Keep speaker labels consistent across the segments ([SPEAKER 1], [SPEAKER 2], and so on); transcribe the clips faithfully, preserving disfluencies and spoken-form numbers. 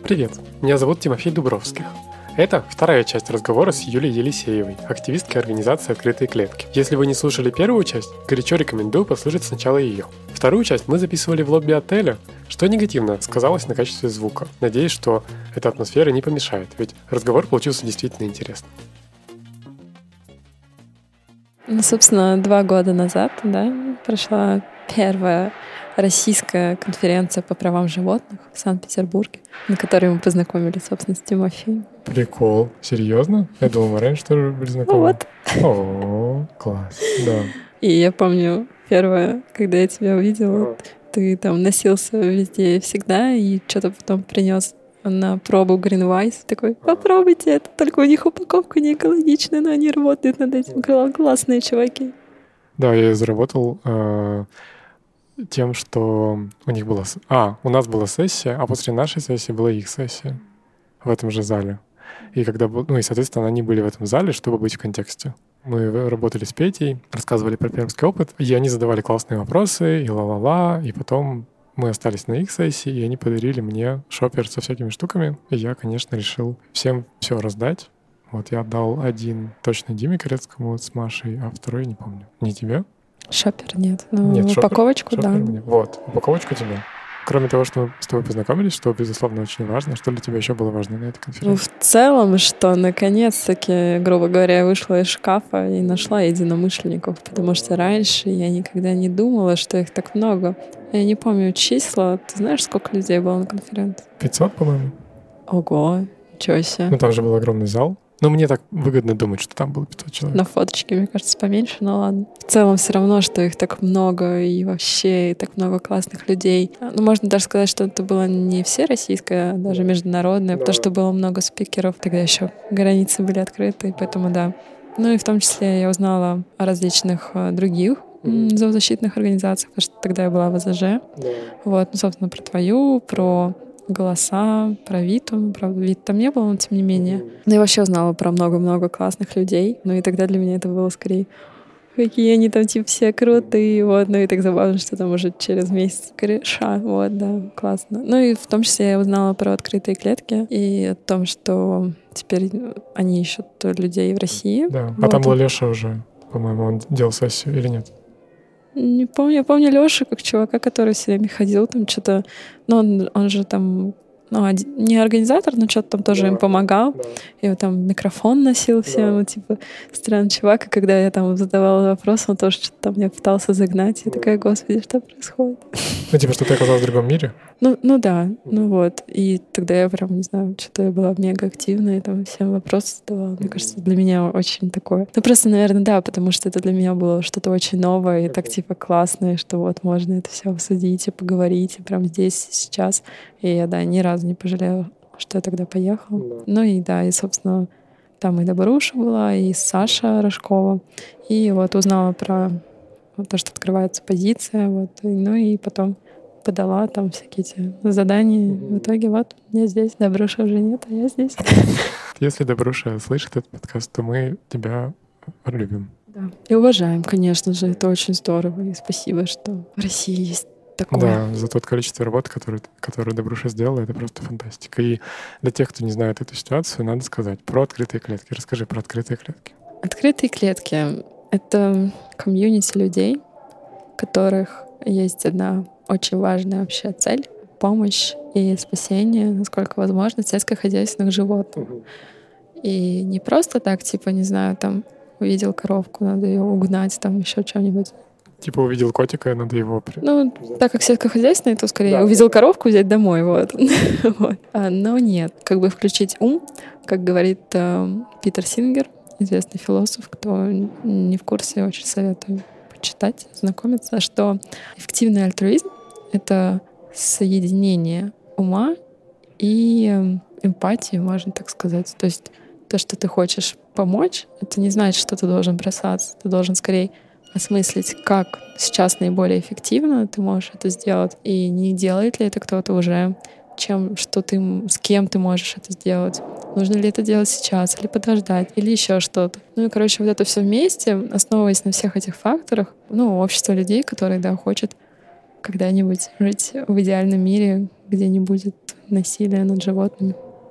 [SPEAKER 1] Привет, меня зовут Тимофей Дубровских. Это вторая часть разговора с Юлией Елисеевой, активисткой организации «Открытые клетки». Если вы не слушали первую часть, горячо рекомендую послушать сначала ее. Вторую часть мы записывали в лобби отеля, что негативно сказалось на качестве звука. Надеюсь, что эта атмосфера не помешает, ведь разговор получился действительно интересным.
[SPEAKER 2] Ну, собственно, два года назад, да, прошла первая российская конференция по правам животных в Санкт-Петербурге, на которой мы познакомились, собственно, с Тимофеем.
[SPEAKER 1] Прикол. Серьезно? Я думал, мы раньше тоже были знакомы.
[SPEAKER 2] Вот.
[SPEAKER 1] О, класс, да.
[SPEAKER 2] И я помню, первое, когда я тебя увидела, ты там носился везде и всегда, и что-то потом принес на пробу Greenwise. Такой, попробуйте, это только у них упаковка не экологичная, но они работают над этим. Классные чуваки.
[SPEAKER 1] Да, я заработал э, тем, что у них была... А, у нас была сессия, а после нашей сессии была их сессия в этом же зале. И когда... Ну и, соответственно, они были в этом зале, чтобы быть в контексте. Мы работали с Петей, рассказывали про пермский опыт, и они задавали классные вопросы, и ла-ла-ла, и потом мы остались на их сессии, и они подарили мне шопер со всякими штуками, и я, конечно, решил всем все раздать. Вот я отдал один точно Диме Корецкому с Машей, а второй не помню. Не тебе?
[SPEAKER 2] Шопер нет. Ну,
[SPEAKER 1] нет,
[SPEAKER 2] упаковочку,
[SPEAKER 1] шопер,
[SPEAKER 2] да.
[SPEAKER 1] шопер мне. Вот, упаковочку тебе. Кроме того, что мы с тобой познакомились, что, безусловно, очень важно, что для тебя еще было важно на этой конференции?
[SPEAKER 2] Ну, в целом, что наконец-таки, грубо говоря, я вышла из шкафа и нашла единомышленников, потому что раньше я никогда не думала, что их так много. Я не помню числа. Ты знаешь, сколько людей было на конференции?
[SPEAKER 1] пятьсот, по-моему.
[SPEAKER 2] Ого, ничего себе.
[SPEAKER 1] Ну, там же был огромный зал. Но мне так выгодно думать, что там было пятьсот человек.
[SPEAKER 2] На фоточке, мне кажется, поменьше, но ладно. В целом все равно, что их так много, и вообще и так много классных людей. Ну, можно даже сказать, что это было не все российское, а даже международное, да. Потому что было много спикеров. Тогда еще границы были открыты, поэтому да. Ну и в том числе я узнала о различных других mm-hmm. зоозащитных организациях, потому что тогда я была в а зэ жэ. Да. Вот, ну, собственно, про твою, про голоса, про Виту. Правда, Вит там не было, но тем не менее. Ну и вообще узнала про много-много классных людей. Ну и тогда для меня это было скорее, какие они там типа все крутые. Вот. Ну и так забавно, что там уже через месяц кореша. Вот, да, классно. Ну и в том числе я узнала про открытые клетки и о том, что теперь они ищут людей в России.
[SPEAKER 1] Да,
[SPEAKER 2] вот.
[SPEAKER 1] А там был Леша уже, по-моему, он делал сессию или нет?
[SPEAKER 2] Не помню. Я помню Лёшу как чувака, который все время ходил там что-то. Ну, он, он же там... Ну, не организатор, но что-то там тоже да, им помогал. Да. И вот там микрофон носил всем. Да. Типа, странный чувак. И когда я там задавала вопрос, он тоже что-то там меня пытался загнать. Я да. такая, господи, что происходит?
[SPEAKER 1] Ну, типа, что ты оказалась в другом мире?
[SPEAKER 2] Ну, ну да, ну вот. И тогда я прям, не знаю, что-то я была мега активная, и там всем вопросы задавала. Мне кажется, для меня очень такое... Ну, просто, наверное, да, потому что это для меня было что-то очень новое и так, типа, классное, что вот можно это все обсудить и поговорить, и прям здесь, сейчас. И я, да, ни разу не пожалела, что я тогда поехала. Да. Ну и да, и, собственно, там и Добруша была, и Саша Рожкова. И вот узнала про то, что открывается позиция, вот. Ну и потом подала там всякие эти задания. Mm-hmm. В итоге вот я здесь. Добруша уже нет, а я здесь.
[SPEAKER 1] Если Добруша слышит этот подкаст, то мы тебя любим.
[SPEAKER 2] Да. И уважаем, конечно же. Это очень здорово. И спасибо, что в России есть такое.
[SPEAKER 1] Да, за тот количество работы, которое, которое Добруша сделала, это просто фантастика. И для тех, кто не знает эту ситуацию, надо сказать про открытые клетки. Расскажи про открытые клетки.
[SPEAKER 2] Открытые клетки — это комьюнити людей, у которых есть одна очень важная вообще цель — помощь и спасение, насколько возможно, сельскохозяйственных животных. Угу. И не просто так, типа, не знаю, там, увидел коровку, надо ее угнать, там, еще что-нибудь.
[SPEAKER 1] Типа увидел котика, надо его...
[SPEAKER 2] Ну, так как сельскохозяйственное, то скорее да, увидел коровку, взять домой, вот. вот. А, но нет, как бы включить ум, как говорит э, Питер Сингер, известный философ, кто не в курсе, очень советую почитать, знакомиться, что эффективный альтруизм — это соединение ума и эмпатии, можно так сказать. То есть то, что ты хочешь помочь, это не значит, что ты должен бросаться. Ты должен скорее осмыслить, как сейчас наиболее эффективно ты можешь это сделать, и не делает ли это кто-то уже, чем, что ты, с кем ты можешь это сделать. Нужно ли это делать сейчас, или подождать, или еще что-то. Ну и, короче, вот это все вместе, основываясь на всех этих факторах, ну, общество людей, которые, да, хочет когда-нибудь жить в идеальном мире, где не будет насилия над животными.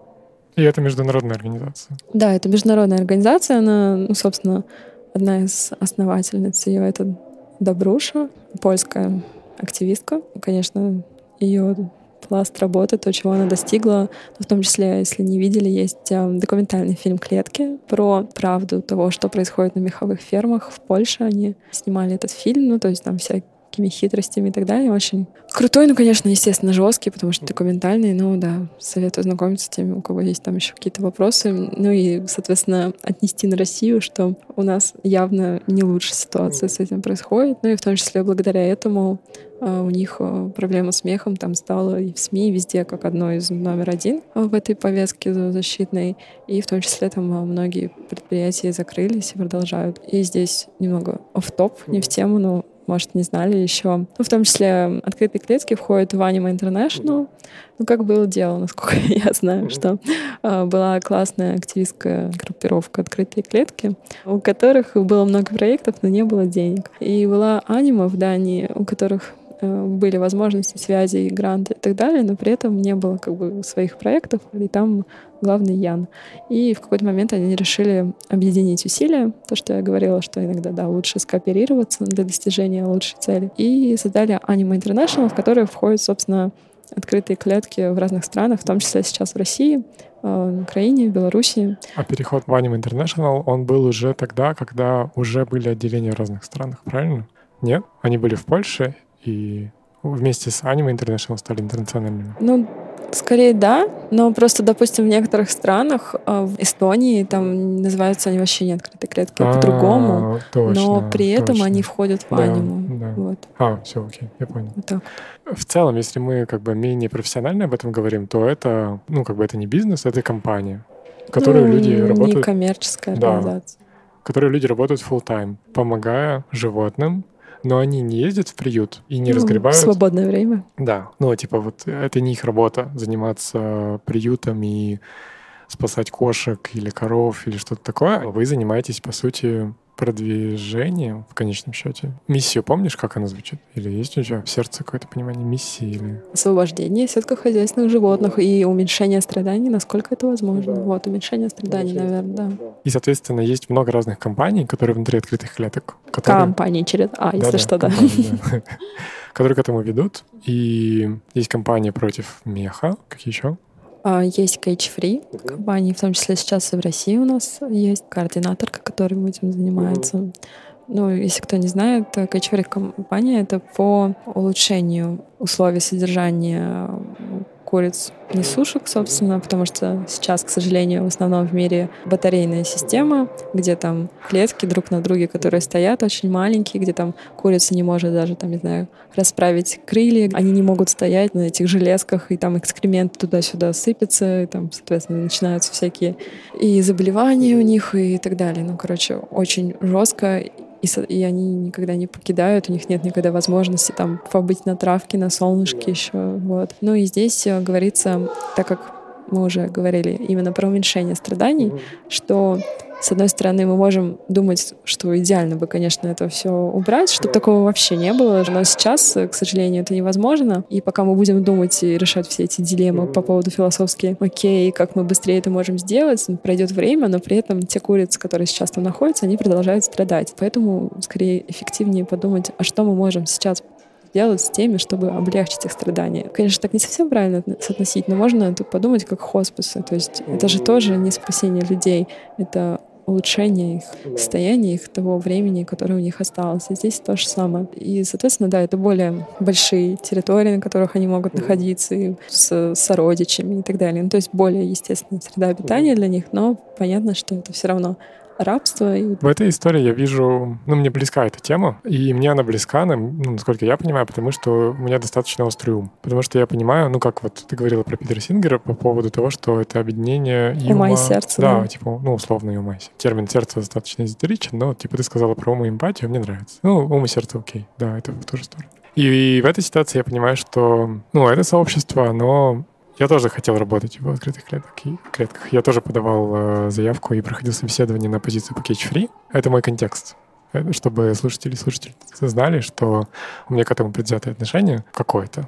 [SPEAKER 1] И это международная организация?
[SPEAKER 2] Да, это международная организация. Она, ну, собственно, одна из основательниц ее — это Добруша, польская активистка. Конечно, ее пласт работы, то, чего она достигла. В том числе, если не видели, есть документальный фильм «Клетки» про правду того, что происходит на меховых фермах в Польше. Они снимали этот фильм, ну, то есть там всякие хитростями и так далее. Очень крутой, ну, конечно, естественно, жесткий, потому что документальный, но да, советую знакомиться с теми, у кого есть там еще какие-то вопросы. Ну и, соответственно, отнести на Россию, что у нас явно не лучшая ситуация с этим происходит. Ну и в том числе благодаря этому у них проблема с мехом там стала и в СМИ, и везде как одно из номер один в этой повестке защитной. И в том числе там многие предприятия закрылись и продолжают. И здесь немного офф-топ, не в тему, но может, не знали еще. Ну, в том числе открытые клетки входят в Anima International. Ну, как было дело, насколько я знаю, что э, была классная активистская группировка «Открытые клетки», у которых было много проектов, но не было денег. И была Anima в Дании, у которых э, были возможности связи, гранты и так далее, но при этом не было как бы своих проектов, и там главный Ян. И в какой-то момент они решили объединить усилия, то, что я говорила, что иногда, да, лучше скооперироваться для достижения лучшей цели. И создали Anima International, в которой входят, собственно, открытые клетки в разных странах, в том числе сейчас в России, в Украине, в Беларуси.
[SPEAKER 1] А переход в Anima International, он был уже тогда, когда уже были отделения в разных странах, правильно? Нет? Они были в Польше и вместе с Anima International стали интернациональными?
[SPEAKER 2] Ну, скорее да, но просто, допустим, в некоторых странах, в Эстонии, там называются они вообще не открытые клетки, а по-другому,
[SPEAKER 1] точно,
[SPEAKER 2] но при этом
[SPEAKER 1] точно.
[SPEAKER 2] они входят в
[SPEAKER 1] Да,
[SPEAKER 2] Аниму.
[SPEAKER 1] да.
[SPEAKER 2] Вот.
[SPEAKER 1] А, все, окей, я понял.
[SPEAKER 2] Вот так.
[SPEAKER 1] В целом, если мы как бы менее профессионально об этом говорим, то это, ну, как бы это не бизнес, это компания, в которой
[SPEAKER 2] ну,
[SPEAKER 1] люди
[SPEAKER 2] не
[SPEAKER 1] работают...
[SPEAKER 2] Не коммерческая
[SPEAKER 1] да,
[SPEAKER 2] организация.
[SPEAKER 1] в которой люди работают full-time, помогая животным, но они не ездят в приют и не
[SPEAKER 2] ну,
[SPEAKER 1] разгребают...
[SPEAKER 2] В свободное время.
[SPEAKER 1] Да, ну, типа вот это не их работа, заниматься приютом и спасать кошек или коров или что-то такое. Вы занимаетесь, по сути, продвижением в конечном счете. Миссию помнишь, как она звучит? Или есть у тебя в сердце какое-то понимание миссии? Или...
[SPEAKER 2] Освобождение сельскохозяйственных животных и уменьшение страданий, насколько это возможно. Да. Вот, уменьшение страданий, уменьшение, наверное, да.
[SPEAKER 1] И, соответственно, есть много разных компаний, которые внутри открытых клеток. Которые...
[SPEAKER 2] Компании через А, если
[SPEAKER 1] да,
[SPEAKER 2] что,
[SPEAKER 1] да.
[SPEAKER 2] да.
[SPEAKER 1] да. Которые к этому ведут. И есть компании против меха. Какие еще?
[SPEAKER 2] Есть Cage-Free компании, в том числе сейчас и в России у нас есть координаторка, которая этим занимается. Mm-hmm. Ну, если кто не знает, Cage-Free компания — это по улучшению условий содержания куриц несушек, собственно, потому что сейчас, к сожалению, в основном в мире батарейная система, где там клетки друг на друге, которые стоят, очень маленькие, где там курица не может даже, там, не знаю, расправить крылья, они не могут стоять на этих железках, и там экскременты туда-сюда сыпятся, и там, соответственно, начинаются всякие и заболевания у них, и так далее. Ну, короче, очень жестко. И, и они никогда не покидают, у них нет никогда возможности там побыть на травке, на солнышке еще. Вот. Ну и здесь говорится, так как мы уже говорили именно про уменьшение страданий, mm-hmm. что, с одной стороны, мы можем думать, что идеально бы, конечно, это все убрать, чтобы yeah. такого вообще не было. Но сейчас, к сожалению, это невозможно. И пока мы будем думать и решать все эти дилеммы mm-hmm. по поводу философски, окей, как мы быстрее это можем сделать, пройдет время, но при этом те курицы, которые сейчас там находятся, они продолжают страдать. Поэтому, скорее, эффективнее подумать, а что мы можем сейчас делать с теми, чтобы облегчить их страдания. Конечно, так не совсем правильно соотносить, но можно тут подумать как хосписы. То есть это же тоже не спасение людей, это улучшение их состояния, их того времени, которое у них осталось. И здесь то же самое. И, соответственно, да, это более большие территории, на которых они могут находиться, и с сородичами и так далее. Ну, то есть более естественная среда обитания для них, но понятно, что это все равно рабство. И...
[SPEAKER 1] В этой истории я вижу, ну, мне близка эта тема, и мне она близка, ну, насколько я понимаю, потому что у меня достаточно острый ум. Потому что я понимаю, ну, как вот ты говорила про Питера Сингера по поводу того, что это объединение ума...
[SPEAKER 2] Ума и сердца.
[SPEAKER 1] Да,
[SPEAKER 2] да,
[SPEAKER 1] типа, ну, условно, и ума и сердца. Термин сердце достаточно эзотеричен, но, типа, ты сказала про ум и эмпатию, мне нравится. Ну, ум и сердце окей, да, это в ту же сторону. И, и в этой ситуации я понимаю, что, ну, это сообщество, оно... Я тоже хотел работать в открытых клетках. Я тоже подавал э, заявку и проходил собеседование на позицию по Cage-Free. Это мой контекст. Это, чтобы слушатели и слушатели знали, что у меня к этому предвзятое отношение какое-то.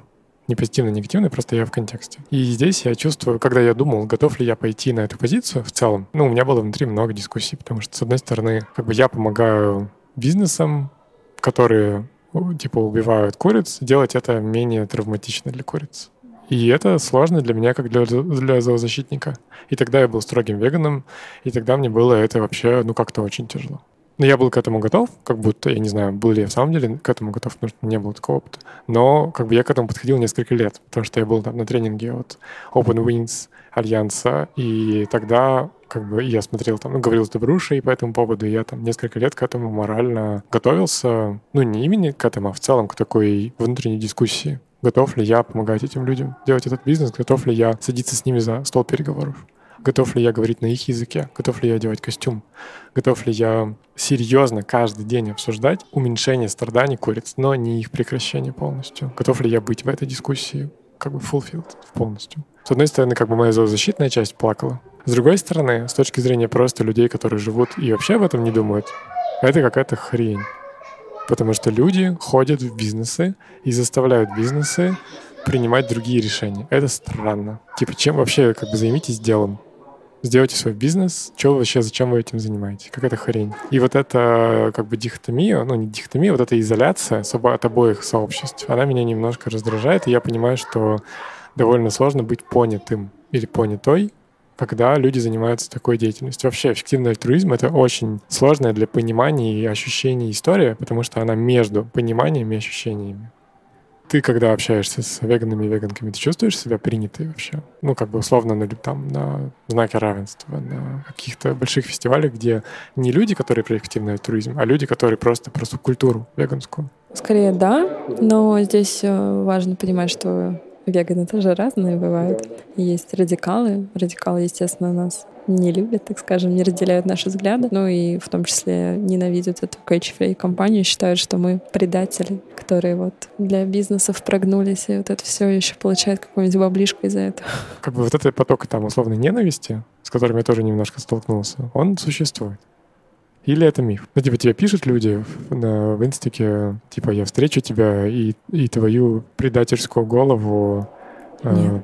[SPEAKER 1] Не позитивный, негативный, просто я в контексте. И здесь я чувствую, когда я думал, готов ли я пойти на эту позицию в целом, ну, у меня было внутри много дискуссий, потому что, с одной стороны, как бы я помогаю бизнесам, которые, типа, убивают куриц, делать это менее травматично для куриц. И это сложно для меня, как для, для зоозащитника. И тогда я был строгим веганом, и тогда мне было это вообще, ну, как-то очень тяжело. Но я был к этому готов, как будто, я не знаю, был ли я в самом деле к этому готов, потому что не было такого опыта. Но как бы я к этому подходил несколько лет, потому что я был там на тренинге от Open Wings Альянса, и тогда как бы я смотрел там, ну, говорил с Добрушей по этому поводу, и я там несколько лет к этому морально готовился, ну, не именно к этому, а в целом к такой внутренней дискуссии. Готов ли я помогать этим людям делать этот бизнес, готов ли я садиться с ними за стол переговоров. Готов ли я говорить на их языке? Готов ли я одевать костюм? Готов ли я серьезно каждый день обсуждать уменьшение страданий куриц, но не их прекращение полностью? Готов ли я быть в этой дискуссии как бы fulfilled полностью? С одной стороны, как бы моя зоозащитная часть плакала. С другой стороны, с точки зрения просто людей, которые живут и вообще об этом не думают, это какая-то хрень. Потому что люди ходят в бизнесы и заставляют бизнесы принимать другие решения. Это странно. Типа, чем вообще как бы займитесь делом? Сделайте свой бизнес, что вы вообще, зачем вы этим занимаетесь? Какая-то хрень. И вот эта как бы дихотомия, ну не дихотомия, вот эта изоляция от обоих сообществ, она меня немножко раздражает, и я понимаю, что довольно сложно быть понятым или понятой, когда люди занимаются такой деятельностью. Вообще, эффективный альтруизм — это очень сложная для понимания и ощущений история, потому что она между пониманием и ощущениями. Ты, когда общаешься с веганами и веганками, ты чувствуешь себя принятой вообще? Ну, как бы условно на, там, на знаке равенства, на каких-то больших фестивалях, где не люди, которые про эффективный альтруизм, а люди, которые просто про субкультуру веганскую.
[SPEAKER 2] Скорее, да, но здесь важно понимать, что веганы тоже разные бывают. Есть радикалы. Радикалы, естественно, нас не любят, так скажем, не разделяют наши взгляды. Ну и в том числе ненавидят эту Catch-Free компанию, считают, что мы предатели, которые вот для бизнесов прогнулись, и вот это все еще получают какую-нибудь баблишку из-за этого.
[SPEAKER 1] Как бы вот этот поток там условной ненависти, с которым я тоже немножко столкнулся, он существует. Или это миф? Ну, типа, тебе пишут люди в, на, в инстике, типа, я встречу тебя и, и твою предательскую голову.
[SPEAKER 2] Нет.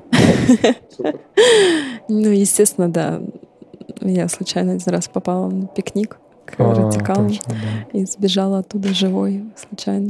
[SPEAKER 2] Ну, естественно, да. Я случайно один раз попала на пикник к радикалам и сбежала оттуда живой случайно.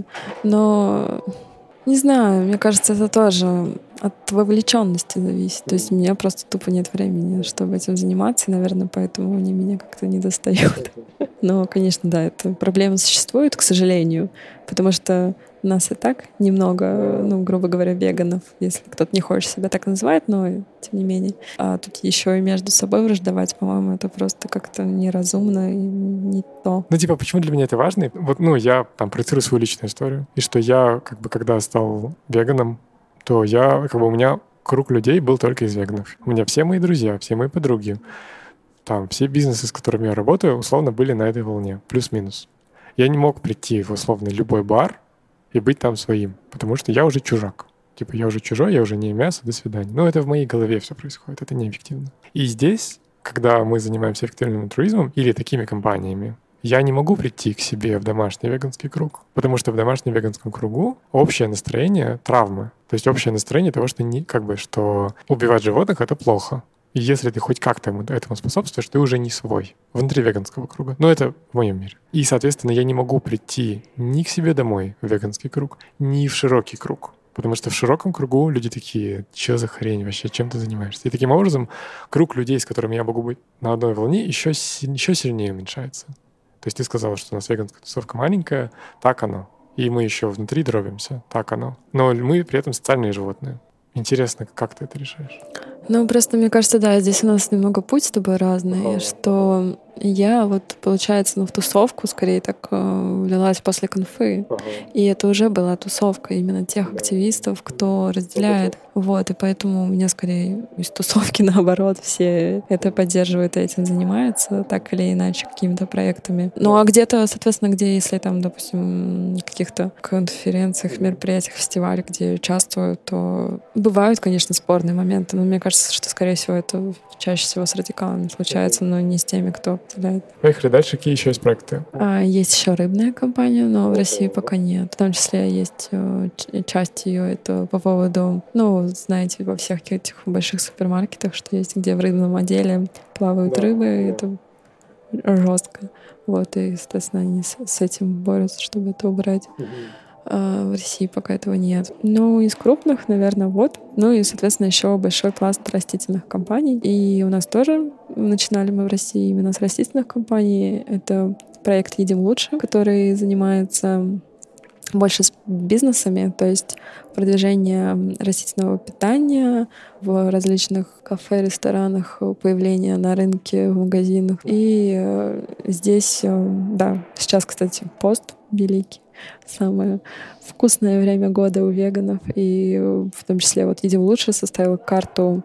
[SPEAKER 2] Но не знаю, мне кажется, это тоже от вовлеченности зависит. То есть у меня просто тупо нет времени, чтобы этим заниматься, и, наверное, поэтому они меня как-то не достают. Но, конечно, да, эта проблема существует, к сожалению, потому что нас и так немного, ну, грубо говоря, веганов, если кто-то не хочет себя так называть, но тем не менее. А тут еще и между собой враждовать, по-моему, это просто как-то неразумно и не то.
[SPEAKER 1] Ну, типа, почему для меня это важно? Вот, ну, я там проецирую свою личную историю, и что я, как бы, когда стал веганом, то я, как бы, у меня круг людей был только из веганов. У меня все мои друзья, все мои подруги, там, все бизнесы, с которыми я работаю, условно, были на этой волне, плюс-минус. Я не мог прийти в, условно, любой бар и быть там своим, потому что я уже чужак. Типа, я уже чужой, я уже не мясо, до свидания. Но это в моей голове все происходит, это неэффективно. И здесь, когда мы занимаемся эффективным альтруизмом или такими компаниями, я не могу прийти к себе в домашний веганский круг, потому что в домашнем веганском кругу общее настроение травмы. То есть общее настроение того, что, не, как бы, что убивать животных — это плохо. И если ты хоть как-то этому способствуешь, ты уже не свой внутри веганского круга. Но это в моем мире. И, соответственно, я не могу прийти ни к себе домой в веганский круг, ни в широкий круг. Потому что в широком кругу люди такие: что за хрень вообще, чем ты занимаешься? И таким образом круг людей, с которыми я могу быть на одной волне, еще, еще сильнее уменьшается. То есть ты сказала, что у нас веганская тусовка маленькая, так оно. И мы еще внутри дробимся, так оно. Но мы при этом социальные животные. Интересно, как ты это решаешь?
[SPEAKER 2] Ну, просто, мне кажется, да, здесь у нас немного путь с тобой разный, что я вот, получается, ну, в тусовку скорее так э, влилась после конфы. Ага. И это уже была тусовка именно тех активистов, кто разделяет. Вот, и поэтому у меня скорее из тусовки, наоборот, все это поддерживают и этим занимаются, так или иначе, какими-то проектами. Ну, а где-то, соответственно, где, если там, допустим, в каких-то конференциях, мероприятиях, фестивалях, где участвуют, то бывают, конечно, спорные моменты, но мне кажется, что, скорее всего, это чаще всего с радикалами случается, но не с теми, кто представляет.
[SPEAKER 1] Поехали дальше. Какие еще есть проекты?
[SPEAKER 2] А, есть еще рыбная компания, но в России пока нет. В том числе есть э, ч- часть ее это по поводу, ну, знаете, во всех этих больших супермаркетах, что есть, где в рыбном отделе плавают рыбы, это жестко. Вот, и, соответственно, они с, с этим борются, чтобы это убрать. А в России пока этого нет. Ну, из крупных, наверное, вот. Ну и, соответственно, еще большой пласт растительных компаний. И у нас тоже начинали мы в России именно с растительных компаний. Это проект «Едим лучше», который занимается больше с бизнесами, то есть продвижение растительного питания в различных кафе, ресторанах, появление на рынке, в магазинах. И э, здесь, э, да, сейчас, кстати, пост великий, самое вкусное время года у веганов, и э, в том числе вот «Едим лучше» составила карту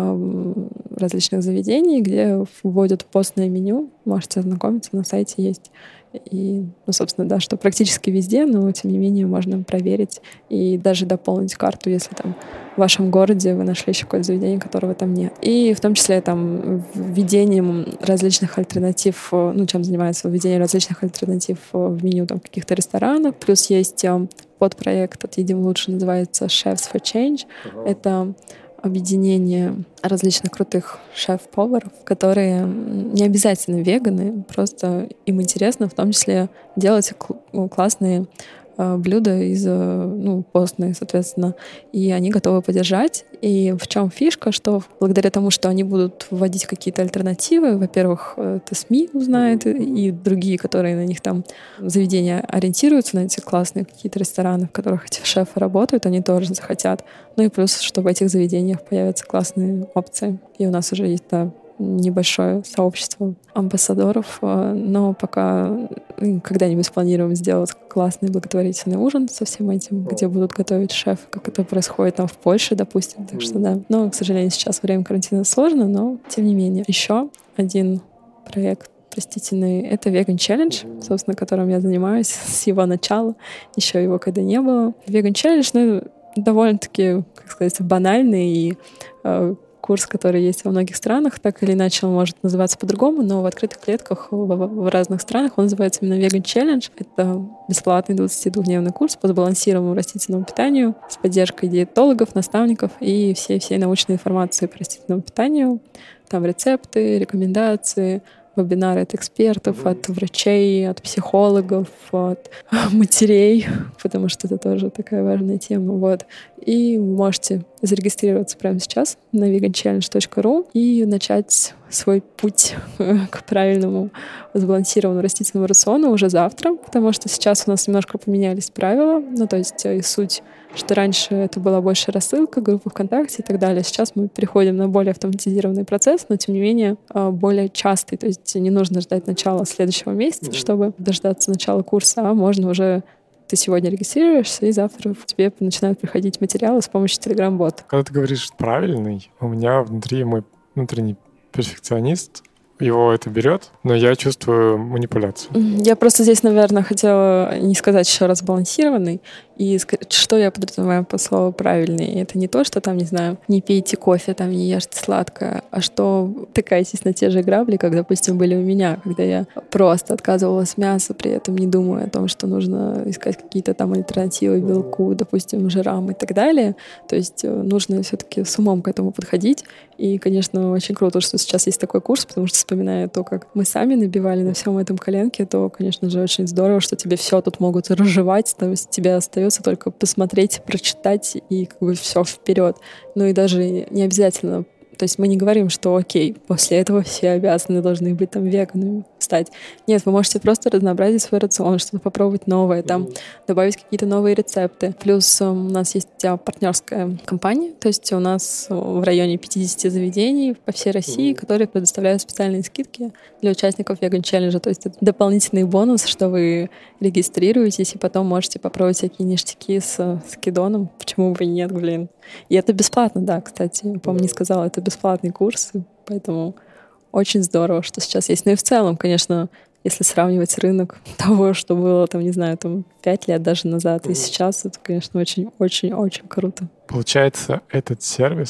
[SPEAKER 2] э, различных заведений, где вводят постное меню, можете ознакомиться, на сайте есть. И, ну, собственно, да, что практически везде, но, тем не менее, можно проверить и даже дополнить карту, если там в вашем городе вы нашли еще какое-то заведение, которого там нет. И в том числе там введением различных альтернатив, ну, чем занимается введение различных альтернатив в меню там каких-то ресторанов. Плюс есть подпроект от «Едим лучше», называется Chefs for Change. Uh-huh. Это объединение различных крутых шеф-поваров, которые не обязательно веганы, просто им интересно в том числе делать классные блюда из, ну, постные, соответственно, и они готовы поддержать. И в чем фишка, что благодаря тому, что они будут вводить какие-то альтернативы, во-первых, это СМИ узнает, и другие, которые на них там заведения ориентируются, на эти классные какие-то рестораны, в которых эти шефы работают, они тоже захотят. Ну и плюс, что в этих заведениях появятся классные опции. И у нас уже есть, да, небольшое сообщество амбассадоров, но пока когда-нибудь планируем сделать классный благотворительный ужин со всем этим, где будут готовить шефы, как это происходит там в Польше, допустим. Так что да. Но, к сожалению, сейчас время карантина сложно, но тем не менее. Еще один проект растительный — это Vegan Challenge, собственно, которым я занимаюсь с его начала. Еще его когда не было. Vegan Challenge, ну, довольно-таки, как сказать, банальный и э, курс, который есть во многих странах, так или иначе он может называться по-другому, но в открытых клетках в, в разных странах он называется именно Vegan Challenge. Это бесплатный двадцатидвухдневный курс по сбалансированному растительному питанию с поддержкой диетологов, наставников и всей-всей научной информации по растительному питанию. Там рецепты, рекомендации, вебинары от экспертов, mm-hmm. от врачей, от психологов, от матерей, потому что это тоже такая важная тема. Вот. И вы можете зарегистрироваться прямо сейчас на vegan challenge точка ру и начать свой путь к правильному сбалансированному растительному рациону уже завтра, потому что сейчас у нас немножко поменялись правила, ну то есть и суть, что раньше это была больше рассылка, группа ВКонтакте и так далее. Сейчас мы переходим на более автоматизированный процесс, но тем не менее более частый, то есть не нужно ждать начала следующего месяца, mm-hmm. чтобы дождаться начала курса, а можно уже ты сегодня регистрируешься, и завтра тебе начинают приходить материалы с помощью Telegram-бота.
[SPEAKER 1] Когда ты говоришь «правильный», у меня внутри мой внутренний перфекционист, его это берет, но я чувствую манипуляцию.
[SPEAKER 2] Я просто здесь, наверное, хотела не сказать еще раз «балансированный», и что я подразумеваю под слово «правильный». Это не то, что там, не знаю, не пейте кофе, там не ешьте сладкое, а что тыкаетесь на те же грабли, как, допустим, были у меня, когда я просто отказывалась от мяса, при этом не думая о том, что нужно искать какие-то там альтернативы белку, допустим, жирам и так далее. То есть нужно все-таки с умом к этому подходить. И, конечно, очень круто, что сейчас есть такой курс, потому что, вспоминая то, как мы сами набивали на всем этом коленке, то, конечно же, очень здорово, что тебе все тут могут разжевать, то есть тебе остается только посмотреть, прочитать и как бы все вперед. Ну и даже не обязательно. То есть мы не говорим, что окей, после этого все обязаны должны быть там веганами стать. Нет, вы можете просто разнообразить свой рацион, что-то попробовать новое, там добавить какие-то новые рецепты. Плюс у нас есть партнерская компания, то есть у нас в районе пятьдесят заведений по всей России, которые предоставляют специальные скидки для участников Vegan Challenge. То есть это дополнительный бонус, что вы регистрируетесь и потом можете попробовать всякие ништяки с скидоном. Почему бы и нет, блин. И это бесплатно, да, кстати. Я, по-моему, не сказала, это бесплатный курс, поэтому очень здорово, что сейчас есть. Ну и в целом, конечно, если сравнивать рынок того, что было, там, не знаю, там пять лет даже назад, и сейчас, это, конечно, очень-очень-очень круто.
[SPEAKER 1] Получается, этот сервис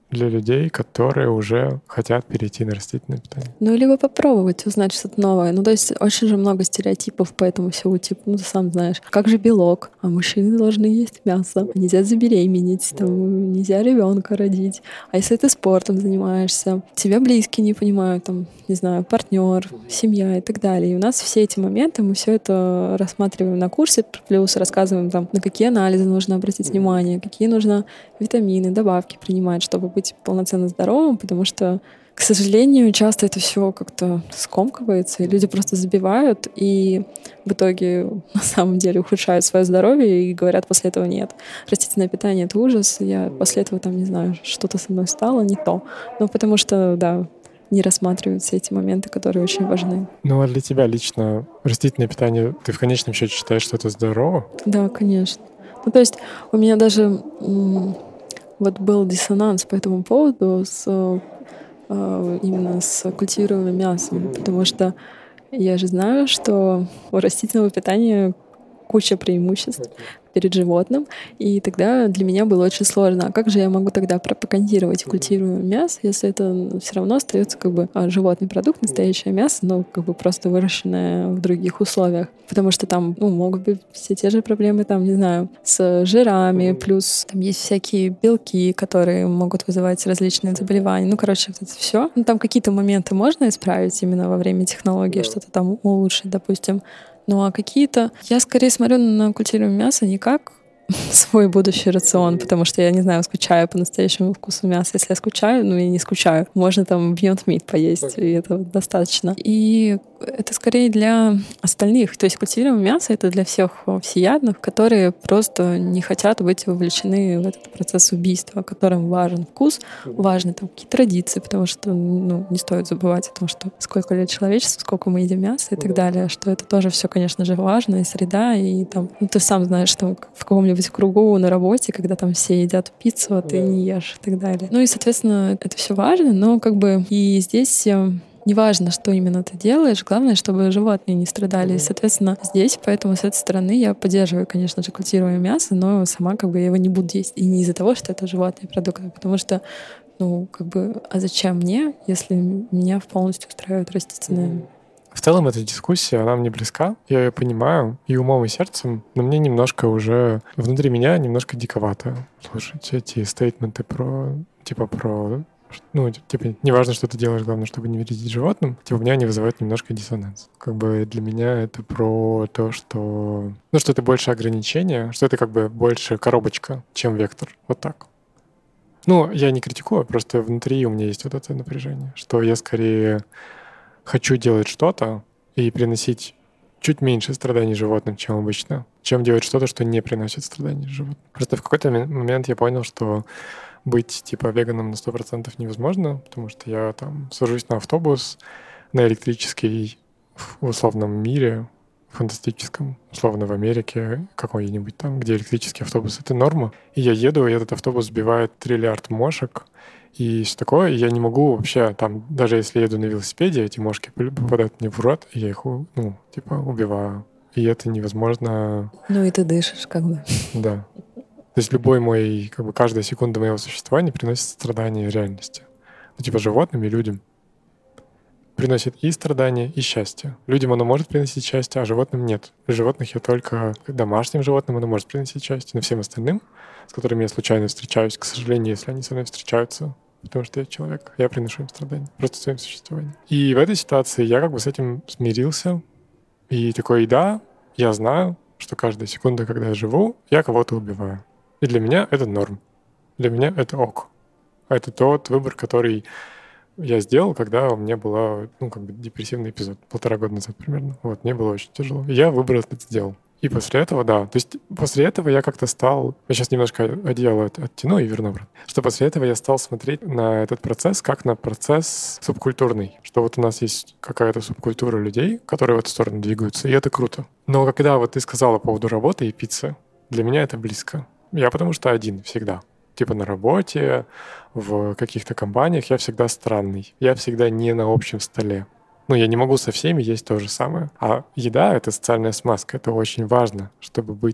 [SPEAKER 1] для людей, которые уже хотят перейти на растительное питание.
[SPEAKER 2] Ну, либо попробовать узнать что-то новое. Ну, то есть очень же много стереотипов по этому всему. Типа, ну, ты сам знаешь, как же белок? А мужчины должны есть мясо. Нельзя забеременеть, там, нельзя ребенка родить. А если ты спортом занимаешься, тебя близкие не понимают, там, не знаю, партнер, семья и так далее. И у нас все эти моменты, мы все это рассматриваем на курсе, плюс рассказываем, там, на какие анализы нужно обратить внимание, какие нужно витамины, добавки принимать, чтобы быть полноценно здоровым, потому что, к сожалению, часто это все как-то скомкивается, и люди просто забивают, и в итоге на самом деле ухудшают свое здоровье и говорят после этого: нет, растительное питание — это ужас, я после этого, там, не знаю, что-то со мной стало не то. Ну, потому что, да, не рассматриваются эти моменты, которые очень важны.
[SPEAKER 1] Ну, а для тебя лично растительное питание, ты в конечном счете считаешь, что это здорово?
[SPEAKER 2] Да, конечно. Ну, то есть у меня даже м, вот был диссонанс по этому поводу с, э, именно с культивируемым мясом, потому что я же знаю, что у растительного питания куча преимуществ перед животным, и тогда для меня было очень сложно. А как же я могу тогда пропагандировать культивируемое мясо, если это все равно остается как бы а, животный продукт, настоящее мясо, но как бы просто выращенное в других условиях? Потому что там, ну, могут быть все те же проблемы, там, не знаю, с жирами, плюс там есть всякие белки, которые могут вызывать различные заболевания. Ну, короче, вот это все. Ну, там какие-то моменты можно исправить именно во время технологии, что-то там улучшить, допустим. Ну а какие-то... Я скорее смотрю на культивируемое мясо не как свой будущий рацион, потому что я, не знаю, скучаю по настоящему вкусу мяса. Если я скучаю, ну, я не скучаю. Можно там Beyond Meat поесть, и этого достаточно. И это скорее для остальных. То есть культивируемое мясо — это для всех всеядных, которые просто не хотят быть вовлечены в этот процесс убийства, которым важен вкус, важны там какие-то традиции, потому что, ну, не стоит забывать о том, что сколько лет человечеству, сколько мы едим мяса и так далее, что это тоже все, конечно же, важно, и среда, и там, ну, ты сам знаешь, что в каком-нибудь кругу на работе, когда там все едят пиццу, а ты не ешь и так далее. Ну и, соответственно, это все важно, но как бы и здесь неважно, что именно ты делаешь, главное, чтобы животные не страдали. И, соответственно, здесь, поэтому с этой стороны я поддерживаю, конечно же, культивируемое мясо, но сама как бы я его не буду есть. И не из-за того, что это животные продукты, потому что, ну, как бы, а зачем мне, если меня полностью устраивает растительное?
[SPEAKER 1] В целом эта дискуссия, она мне близка, я ее понимаю и умом, и сердцем, но мне немножко уже, внутри меня немножко диковато слушать эти стейтменты про, типа, про, ну, типа, неважно, что ты делаешь, главное, чтобы не вредить животным, типа, у меня они вызывают немножко диссонанс. Как бы для меня это про то, что, ну, что это больше ограничение, что это как бы больше коробочка, чем вектор. Вот так. Ну, я не критикую, просто внутри у меня есть вот это напряжение, что я скорее хочу делать что-то и приносить чуть меньше страданий животным, чем обычно, чем делать что-то, что не приносит страданий животным. Просто в какой-то момент я понял, что быть типа веганом на сто процентов невозможно, потому что я там сажусь на автобус, на электрический в условном мире, фантастическом, условно в Америке, какой-нибудь там, где электрический автобус — это норма. И я еду, и этот автобус сбивает триллиард мошек, и все такое, и я не могу вообще там, даже если еду на велосипеде, эти мошки попадают мне в рот, и я их, ну, типа, убиваю. И это невозможно...
[SPEAKER 2] Ну и ты дышишь, как бы.
[SPEAKER 1] Да. То есть любой мой, как бы каждая секунда моего существования приносит страдания реальности. Ну, типа животным и людям. Приносит и страдания, и счастье. Людям оно может приносить счастье, а животным нет. Для животных я только... Домашним животным оно может приносить счастье, но всем остальным, с которыми я случайно встречаюсь, к сожалению, если они со мной встречаются, потому что я человек, я приношу им страдания просто своим существованием. И в этой ситуации я как бы с этим смирился. И такой, да, я знаю, что каждая секунда, когда я живу, я кого-то убиваю. И для меня это норм. Для меня это ок. Это тот выбор, который я сделал, когда у меня был, ну, как бы депрессивный эпизод. Полтора года назад примерно. Вот, мне было очень тяжело. И я выбор это сделал. И после этого, да, то есть после этого я как-то стал... Я сейчас немножко одеяло от, оттяну и верну обратно. Что после этого я стал смотреть на этот процесс как на процесс субкультурный. Что вот у нас есть какая-то субкультура людей, которые в эту сторону двигаются, и это круто. Но когда вот ты сказала по поводу работы и пиццы, для меня это близко. Я потому что один всегда. Типа на работе, в каких-то компаниях я всегда странный. Я всегда не на общем столе. Ну, я не могу со всеми есть то же самое. А еда — это социальная смазка. Это очень важно, чтобы быть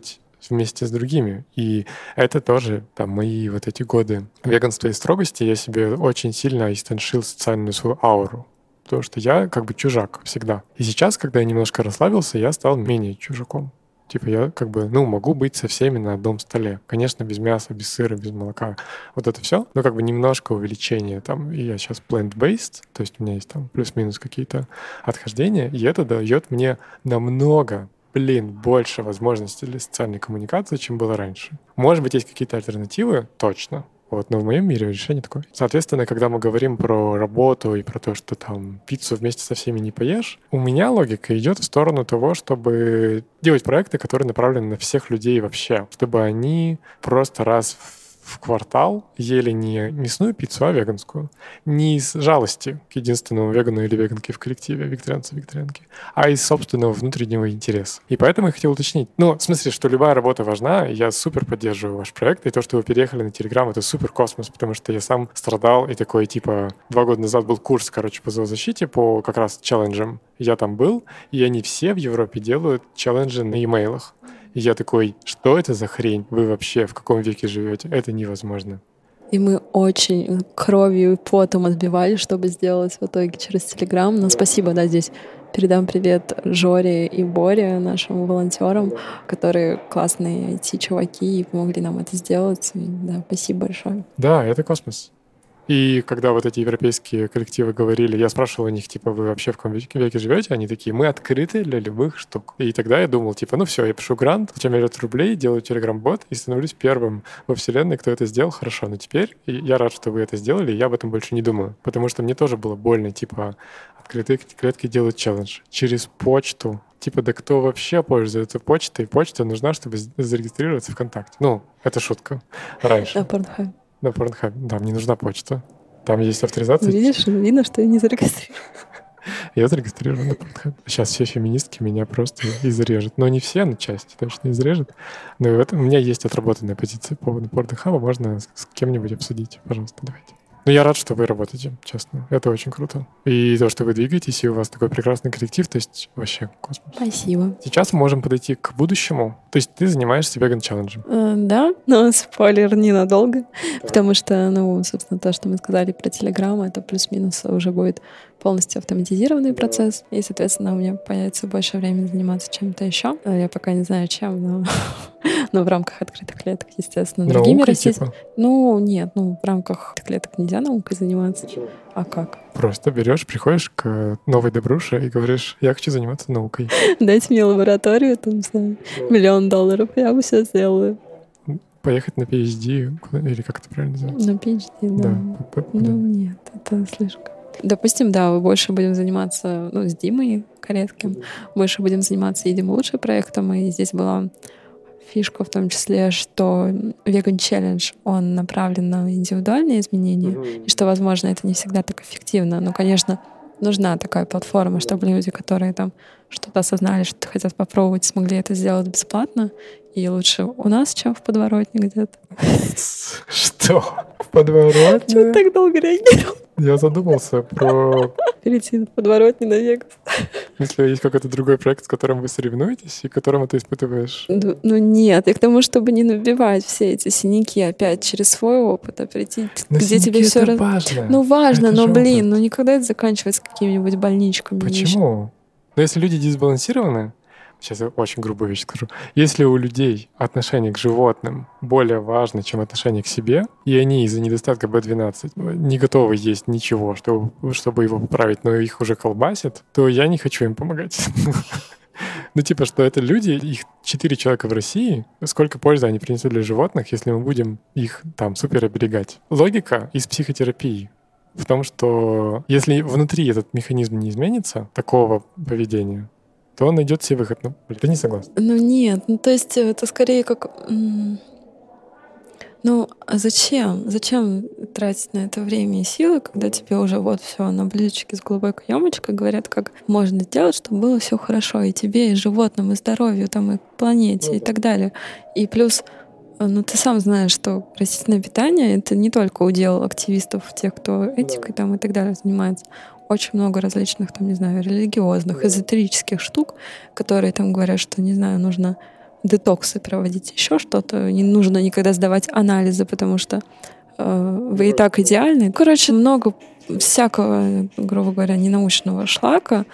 [SPEAKER 1] вместе с другими. И это тоже там мои вот эти годы веганства и строгости. Я себе очень сильно истончил социальную свою ауру. Потому что я как бы чужак всегда. И сейчас, когда я немножко расслабился, я стал менее чужаком. Типа я как бы, ну, могу быть со всеми на одном столе. Конечно, без мяса, без сыра, без молока. Вот это все. Но как бы немножко увеличение там. И я сейчас plant-based, то есть у меня есть там плюс-минус какие-то отхождения. И это дает мне намного, блин, больше возможностей для социальной коммуникации, чем было раньше. Может быть, есть какие-то альтернативы? Точно. Вот, но в моем мире решение такое. Соответственно, когда мы говорим про работу и про то, что там пиццу вместе со всеми не поешь, у меня логика идет в сторону того, чтобы делать проекты, которые направлены на всех людей вообще, чтобы они просто раз в в квартал ели не мясную пиццу, а веганскую. Не из жалости к единственному вегану или веганке в коллективе, вегетарианцы, вегетарианки, а из собственного внутреннего интереса. И поэтому я хотел уточнить. Ну, в смысле, что любая работа важна, я супер поддерживаю ваш проект, и то, что вы переехали на Телеграм, это супер космос, потому что я сам страдал, и такой, типа, два года назад был курс, короче, по зоозащите, по как раз челленджам. Я там был, и они все в Европе делают челленджи на имейлах. И я такой, что это за хрень? Вы вообще в каком веке живете? Это невозможно.
[SPEAKER 2] И мы очень кровью и потом отбивали, чтобы сделать в итоге через Телеграм. Но спасибо, да, здесь передам привет Жоре и Боре, нашим волонтерам, которые классные ай ти-чуваки и помогли нам это сделать. И, да, спасибо большое.
[SPEAKER 1] Да, это космос. И когда вот эти европейские коллективы говорили, я спрашивал у них, типа, вы вообще в каком веке, веке живете? Они такие, мы открыты для любых штук. И тогда я думал, типа, ну все, я пишу грант, зачем миллион рублей, делаю телеграм-бот и становлюсь первым во вселенной, кто это сделал. Хорошо, но теперь я рад, что вы это сделали, и я об этом больше не думаю. Потому что мне тоже было больно, типа, открытые клетки делают челлендж через почту. Типа, да кто вообще пользуется почтой? Почта нужна, чтобы зарегистрироваться ВКонтакте. Ну, это шутка. Раньше.
[SPEAKER 2] На Порнхабе.
[SPEAKER 1] На Pornhub. Да, мне нужна почта. Там есть авторизация.
[SPEAKER 2] Видишь, видно, что я не зарегистрирована.
[SPEAKER 1] Я зарегистрирован на Pornhub. Сейчас все феминистки меня просто изрежут. Но не все, но часть точно изрежет. Но в этом у меня есть отработанная позиция по поводу Pornhub. Можно с кем-нибудь обсудить. Пожалуйста, давайте. Ну, я рад, что вы работаете, честно. Это очень круто. И то, что вы двигаетесь, и у вас такой прекрасный коллектив, то есть вообще космос.
[SPEAKER 2] Спасибо.
[SPEAKER 1] Сейчас мы можем подойти к будущему. То есть ты занимаешься веган-челленджем.
[SPEAKER 2] Uh, да, но спойлер ненадолго, да. Потому что, ну, собственно, то, что мы сказали про Телеграм, это плюс-минус уже будет полностью автоматизированный да. процесс, и, соответственно, у меня появится больше времени заниматься чем-то еще. Я пока не знаю, чем, но, но в рамках открытых клеток, естественно, другими
[SPEAKER 1] наукой,
[SPEAKER 2] российскими.
[SPEAKER 1] Типа?
[SPEAKER 2] Ну, нет, ну, в рамках клеток нельзя наукой заниматься.
[SPEAKER 1] Почему?
[SPEAKER 2] А как?
[SPEAKER 1] Просто берешь, приходишь к новой добруше и говоришь, я хочу заниматься наукой.
[SPEAKER 2] Дайте мне лабораторию, там, знаю, миллион долларов, я бы все сделаю.
[SPEAKER 1] Поехать на пи эйч ди, или как это правильно называется?
[SPEAKER 2] На пи эйч ди, да.
[SPEAKER 1] да.
[SPEAKER 2] Ну, нет, это слишком. Допустим, да, мы больше будем заниматься, ну, с Димой Кареткин, больше будем заниматься «Едим лучше» проектом, и здесь была фишка в том числе, что Vegan Challenge, он направлен на индивидуальные изменения, mm-hmm. и что, возможно, это не всегда так эффективно, но, конечно, нужна такая платформа, чтобы люди, которые там что-то осознали, что-то хотят попробовать, смогли это сделать бесплатно, и лучше у нас, чем в подворотне где-то.
[SPEAKER 1] Что? В подворотне?
[SPEAKER 2] Чего ты так долго реагировал?
[SPEAKER 1] Я задумался про...
[SPEAKER 2] Перейти от подворотни на Вегас.
[SPEAKER 1] Если есть какой-то другой проект, с которым вы соревнуетесь, и к которому ты испытываешь...
[SPEAKER 2] Ну, ну нет, и к тому, чтобы не набивать все эти синяки опять через свой опыт, а прийти,
[SPEAKER 1] но
[SPEAKER 2] где тебе все...
[SPEAKER 1] это важно.
[SPEAKER 2] Ну важно,
[SPEAKER 1] это
[SPEAKER 2] но, блин,
[SPEAKER 1] опыт.
[SPEAKER 2] ну никогда это заканчивается какими-нибудь больничками.
[SPEAKER 1] Почему? Но если люди дисбалансированы, сейчас я очень грубую вещь скажу, если у людей отношение к животным более важно, чем отношение к себе, и они из-за недостатка би двенадцать не готовы есть ничего, чтобы, чтобы его поправить, но их уже колбасит, то я не хочу им помогать. Ну, типа, что это люди, их четыре человека в России, сколько пользы они принесут для животных, если мы будем их там супер оберегать. Логика из психотерапии в том, что если внутри этот механизм не изменится, такого поведения, то он найдет себе выход. Ну, ты не согласна?
[SPEAKER 2] Ну нет, ну то есть это скорее как... Ну, а зачем? Зачем тратить на это время и силы, когда тебе уже вот все на блюдечке с голубой каемочкой говорят, как можно сделать, чтобы было все хорошо и тебе, и животным, и здоровью, там, и планете, ну, и так далее. И плюс, ну, ты сам знаешь, что растительное питание — это не только удел активистов, тех, кто этикой да. там и так далее занимается. Очень много различных, там, не знаю, религиозных, эзотерических штук, которые там говорят, что, не знаю, нужно детоксы проводить, еще что-то. Не нужно никогда сдавать анализы, потому что э, вы и так идеальны. Короче, много всякого, грубо говоря, ненаучного шлака.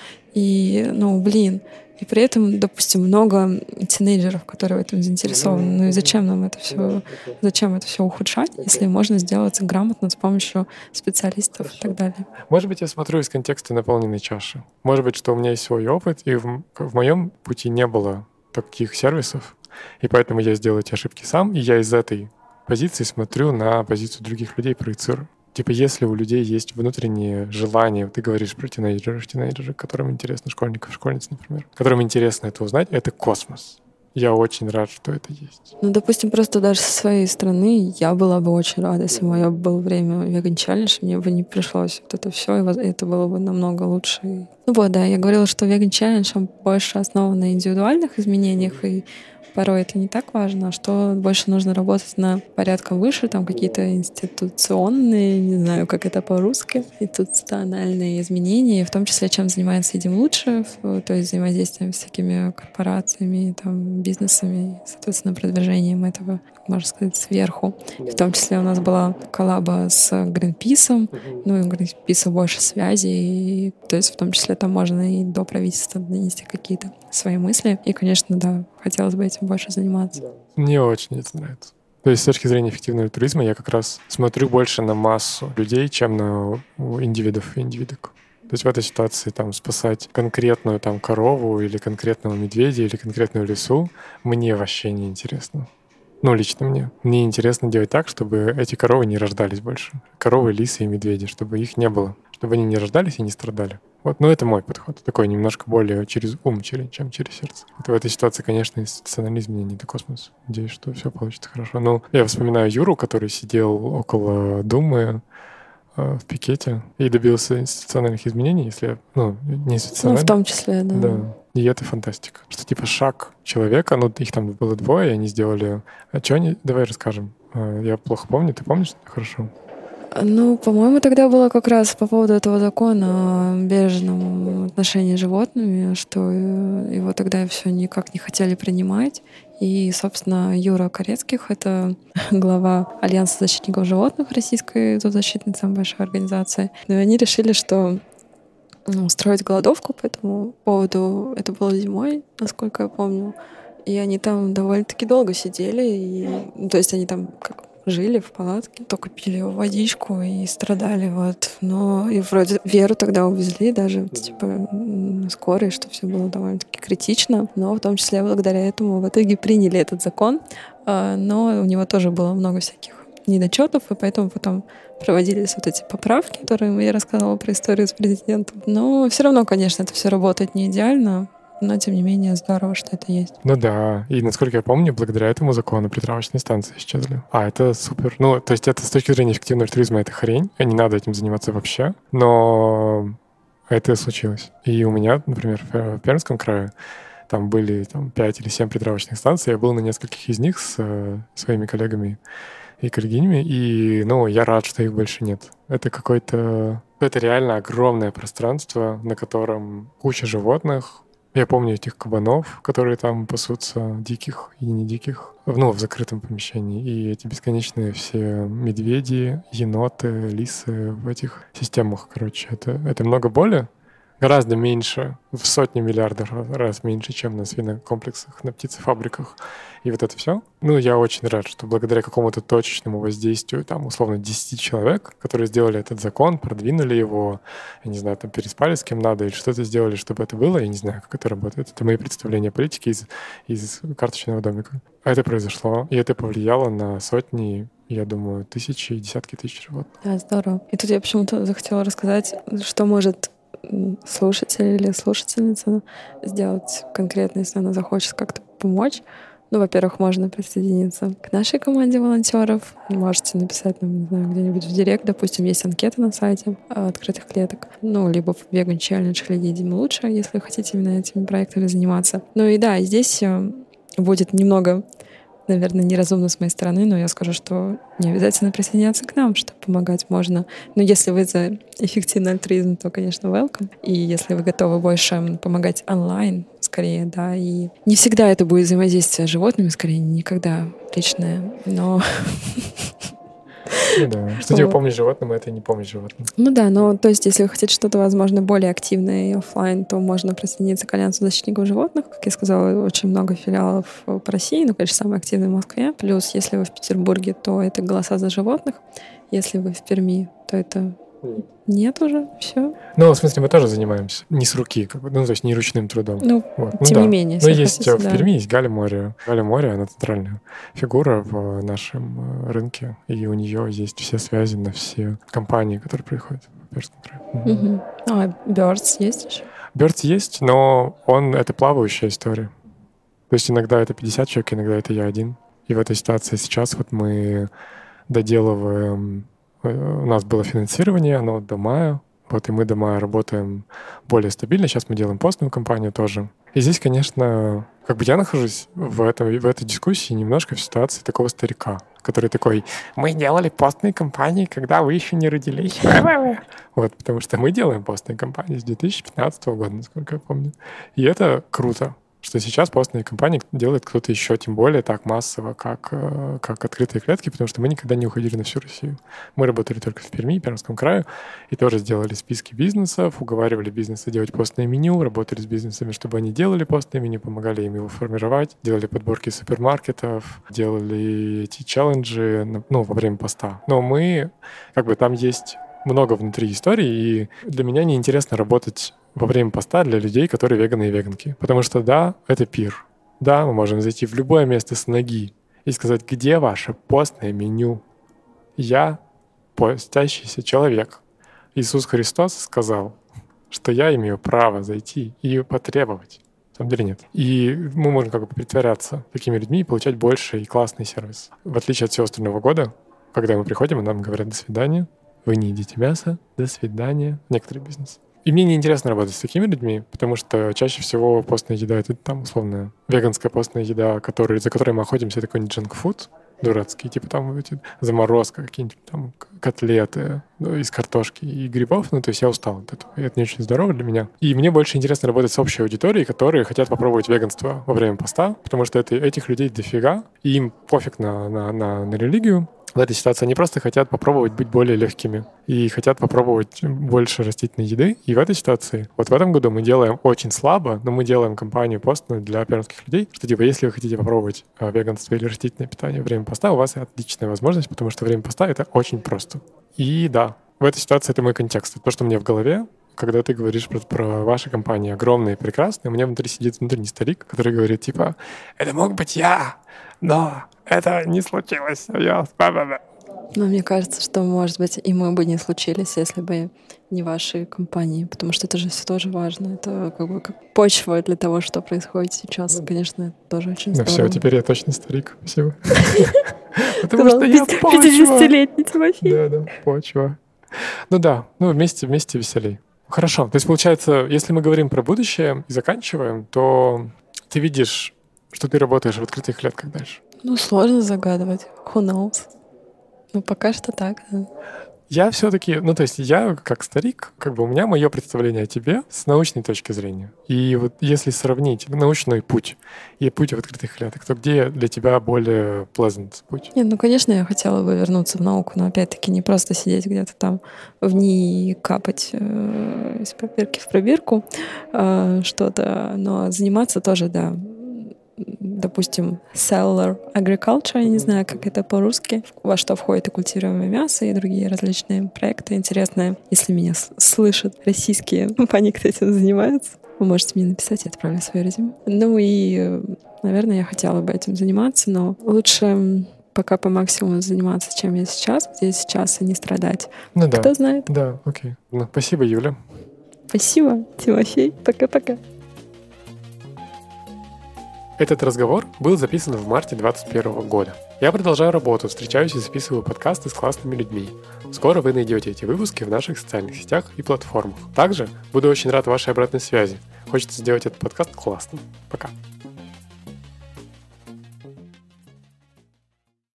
[SPEAKER 2] И, ну, блин, и при этом, допустим, много тинейджеров, которые в этом заинтересованы. Ну и зачем нам это все, зачем это все ухудшать, если можно сделать грамотно с помощью специалистов и так далее?
[SPEAKER 1] Может быть, я смотрю из контекста наполненной чаши. Может быть, что у меня есть свой опыт, и в, в моем пути не было таких сервисов, и поэтому я сделал эти ошибки сам, и я из этой позиции смотрю на позицию других людей, проецирую. Типа, если у людей есть внутреннее желание, ты говоришь про тинейджеров, тинейджеров, которым интересно, школьников, школьниц, например, которым интересно это узнать, это космос. Я очень рад, что это есть.
[SPEAKER 2] Ну, допустим, просто даже со своей стороны я была бы очень рада, если бы мое было время веган челлендж, мне бы не пришлось вот это все, и это было бы намного лучше. Ну вот, да, я говорила, что веган челлендж больше основан на индивидуальных изменениях, и порой это не так важно, что больше нужно работать на порядком выше, там какие-то институционные, не знаю, как это по-русски, институциональные изменения, в том числе, чем занимается «Едим лучше», то есть взаимодействием с всякими корпорациями, там, бизнесами, соответственно, продвижением этого, можно сказать, сверху. В том числе у нас была коллаба с Гринписом, ну и у Гринписа больше связей, и, то есть в том числе там можно и до правительства донести какие-то свои мысли. И, конечно, да, хотелось бы этим больше заниматься.
[SPEAKER 1] Мне очень это нравится. То есть с точки зрения эффективного туризма я как раз смотрю больше на массу людей, чем на индивидов и индивидок. То есть в этой ситуации там спасать конкретную там корову или конкретного медведя или конкретную лису мне вообще не интересно. Ну, лично мне. Мне интересно делать так, чтобы эти коровы не рождались больше. Коровы, лисы и медведи, чтобы их не было. Чтобы они не рождались и не страдали. Вот, ну, это мой подход. Такой немножко более через ум, чем через сердце. Это в этой ситуации, конечно, институционализм мне не до космоса. Надеюсь, что все получится хорошо. Ну, я вспоминаю Юру, который сидел около Думы э, в пикете и добился институциональных изменений, если, ну, не институциональных.
[SPEAKER 2] Ну, в том числе, да.
[SPEAKER 1] Да. И это фантастика. Что типа шаг человека, ну, их там было двое, и они сделали... А что они... Давай расскажем. Я плохо помню, ты помнишь? Хорошо.
[SPEAKER 2] Ну, по-моему, тогда было как раз по поводу этого закона о бережном отношении с животными, что его тогда все никак не хотели принимать. И, собственно, Юра Корецких — это глава Альянса защитников животных российской зоозащитной, самой большой организации. И они решили, что устроить голодовку по этому поводу. Это было зимой, насколько я помню. И они там довольно-таки долго сидели. И, то есть они там как жили в палатке, только пили водичку и страдали. Вот. Но и вроде Веру тогда увезли даже типа на скорой, что все было довольно-таки критично. Но в том числе благодаря этому в итоге приняли этот закон. Но у него тоже было много всяких недочетов, и поэтому потом проводились вот эти поправки, которые я рассказывала про историю с президентом. Но все равно, конечно, это все работает не идеально, но тем не менее здорово, что это есть.
[SPEAKER 1] Ну да, и насколько я помню, благодаря этому закону притравочные станции исчезли. А, это супер. Ну, то есть это с точки зрения эффективного туризма это хрень, и не надо этим заниматься вообще, но это случилось. И у меня, например, в Пермском крае там были там, пять или семь притравочных станций, я был на нескольких из них с э, своими коллегами и коллегинями, и, ну, я рад, что их больше нет. Это какое-то... Это реально огромное пространство, на котором куча животных. Я помню этих кабанов, которые там пасутся, диких и не диких, ну, в закрытом помещении. И эти бесконечные все медведи, еноты, лисы в этих системах, короче. Это, это много боли. Гораздо меньше, в сотни миллиардов раз меньше, чем на свинокомплексах, на птицефабриках. И вот это все. Ну, я очень рад, что благодаря какому-то точечному воздействию, там, условно, десять человек, которые сделали этот закон, продвинули его, я не знаю, там, переспали с кем надо или что-то сделали, чтобы это было, я не знаю, как это работает. Это мои представления о политике из, из карточного домика. А это произошло, и это повлияло на сотни, я думаю, тысячи и десятки тысяч животных.
[SPEAKER 2] Да, здорово. И тут я почему-то захотела рассказать, что может слушатель или слушательница сделать конкретно, если она захочет как-то помочь. Ну, во-первых, можно присоединиться к нашей команде волонтеров. Можете написать нам, не знаю, где-нибудь в директ. Допустим, есть анкета на сайте открытых клеток. Ну, либо в Vegan Challenge или «Едим лучше», если вы хотите именно этими проектами заниматься. Ну и да, здесь будет немного наверное, неразумно с моей стороны, но я скажу, что не обязательно присоединяться к нам, чтобы помогать можно. Но если вы за эффективный альтруизм, то, конечно, welcome. И если вы готовы больше помогать онлайн, скорее, да, и не всегда это будет взаимодействие с животными, скорее, никогда личное, но...
[SPEAKER 1] Ну да, что тебе помнить животным, это и не помнить животным.
[SPEAKER 2] Ну да, но то есть если вы хотите что-то, возможно, более активное и офлайн, то можно присоединиться к Альянсу защитников животных. Как я сказала, очень много филиалов по России, ну, конечно, самый активный в Москве. Плюс, если вы в Петербурге, то это «Голоса за животных». Если вы в Перми, то это... Нет. Нет уже, все.
[SPEAKER 1] Ну, в смысле, мы тоже занимаемся не с руки, как бы, ну, то есть не ручным трудом.
[SPEAKER 2] Ну,
[SPEAKER 1] вот.
[SPEAKER 2] тем
[SPEAKER 1] ну,
[SPEAKER 2] не
[SPEAKER 1] да.
[SPEAKER 2] менее.
[SPEAKER 1] Но есть
[SPEAKER 2] хотите,
[SPEAKER 1] в
[SPEAKER 2] да.
[SPEAKER 1] Перми есть Галя Море. Галя Море, она центральная фигура в нашем рынке, и у нее есть все связи на все компании, которые приходят в Пермском крае. Угу.
[SPEAKER 2] Угу. А Birds есть еще?
[SPEAKER 1] Birds есть, но он — это плавающая история. То есть иногда это пятьдесят человек, иногда это я один. И в этой ситуации сейчас вот мы доделываем... У нас было финансирование, оно до мая. Вот, и мы до мая работаем более стабильно. Сейчас мы делаем постную кампанию тоже. И здесь, конечно, как бы я нахожусь в, этом, в этой дискуссии немножко в ситуации такого старика, который такой: мы делали постные кампании, когда вы еще не родились. Вот, потому что мы делаем постные кампании с две тысячи пятнадцатого года, насколько я помню. И это круто, что сейчас постные кампании делает кто-то еще, тем более так массово, как, как открытые клетки, потому что мы никогда не уходили на всю Россию. Мы работали только в Перми, Пермском крае, и тоже сделали списки бизнесов, уговаривали бизнесы делать постное меню, работали с бизнесами, чтобы они делали постное меню, помогали им его формировать, делали подборки супермаркетов, делали эти челленджи, ну, во время поста. Но мы, как бы, там есть много внутри истории, и для меня неинтересно работать во время поста для людей, которые веганы и веганки. Потому что да, это пир. Да, мы можем зайти в любое место с ноги и сказать: где ваше постное меню? Я постящийся человек. Иисус Христос сказал, что я имею право зайти и потребовать. На самом деле нет. И мы можем как бы притворяться такими людьми и получать больше и классный сервис. В отличие от всего остального года, когда мы приходим, и нам говорят: до свидания, вы не едите мясо, до свидания. Некоторые бизнесы. И мне неинтересно работать с такими людьми, потому что чаще всего постная еда — это там условно веганская постная еда, который, за которой мы охотимся, такой джанк-фуд дурацкий, типа там эти заморозка, какие-нибудь там котлеты, ну, из картошки и грибов. Ну, то есть я устал от этого, и это не очень здорово для меня. И мне больше интересно работать с общей аудиторией, которые хотят попробовать веганство во время поста, потому что это, этих людей дофига, и им пофиг на, на, на, на религию. В этой ситуации они просто хотят попробовать быть более легкими и хотят попробовать больше растительной еды. И в этой ситуации, вот в этом году мы делаем очень слабо, но мы делаем кампанию постную для пермских людей, что типа если вы хотите попробовать а, веганство или растительное питание во время поста, у вас отличная возможность, потому что время поста — это очень просто. И да, в этой ситуации это мой контекст. Это то, что мне в голове, когда ты говоришь про, про ваши компании огромные и прекрасные, у меня внутри сидит внутренний старик, который говорит типа: это мог быть я, но это не случилось. Я...
[SPEAKER 2] Но мне кажется, что, может быть, и мы бы не случились, если бы не ваши компании, потому что это же все тоже важно. Это как бы как почва для того, что происходит сейчас. Конечно, это тоже очень здорово.
[SPEAKER 1] Ну все, теперь я точно старик. Спасибо. Потому что я почва.
[SPEAKER 2] пятидесятилетний Тимофей.
[SPEAKER 1] Да, да, почва. Ну да, ну вместе, вместе веселей. Хорошо. То есть, получается, если мы говорим про будущее и заканчиваем, то ты видишь, что ты работаешь в открытых клетках дальше.
[SPEAKER 2] Ну, сложно загадывать. Who knows? Ну, пока что так, да.
[SPEAKER 1] Я все-таки, ну, то есть я как старик, как бы у меня мое представление о тебе с научной точки зрения. И вот если сравнить научный путь и путь в открытых клетках, то где для тебя более pleasant путь?
[SPEAKER 2] Нет, ну, конечно, я хотела бы вернуться в науку, но опять-таки не просто сидеть где-то там в ней и капать э, из пробирки в пробирку э, что-то, но заниматься тоже, да, допустим, cellular agriculture, я не знаю, как это по-русски, во что входит и культивируемое мясо, и другие различные проекты интересные. Если меня слышат российские компании, кто этим занимается, вы можете мне написать, я отправлю свое резюме. Ну и, наверное, я хотела бы этим заниматься, но лучше пока по максимуму заниматься, чем я сейчас, где сейчас, и не страдать.
[SPEAKER 1] Ну да.
[SPEAKER 2] Кто знает?
[SPEAKER 1] Да, окей. Ну, спасибо, Юля.
[SPEAKER 2] Спасибо, Тимофей. Пока-пока.
[SPEAKER 1] Этот разговор был записан в марте двадцать первого года. Я продолжаю работу, встречаюсь и записываю подкасты с классными людьми. Скоро вы найдете эти выпуски в наших социальных сетях и платформах. Также буду очень рад вашей обратной связи. Хочется сделать этот подкаст классным. Пока.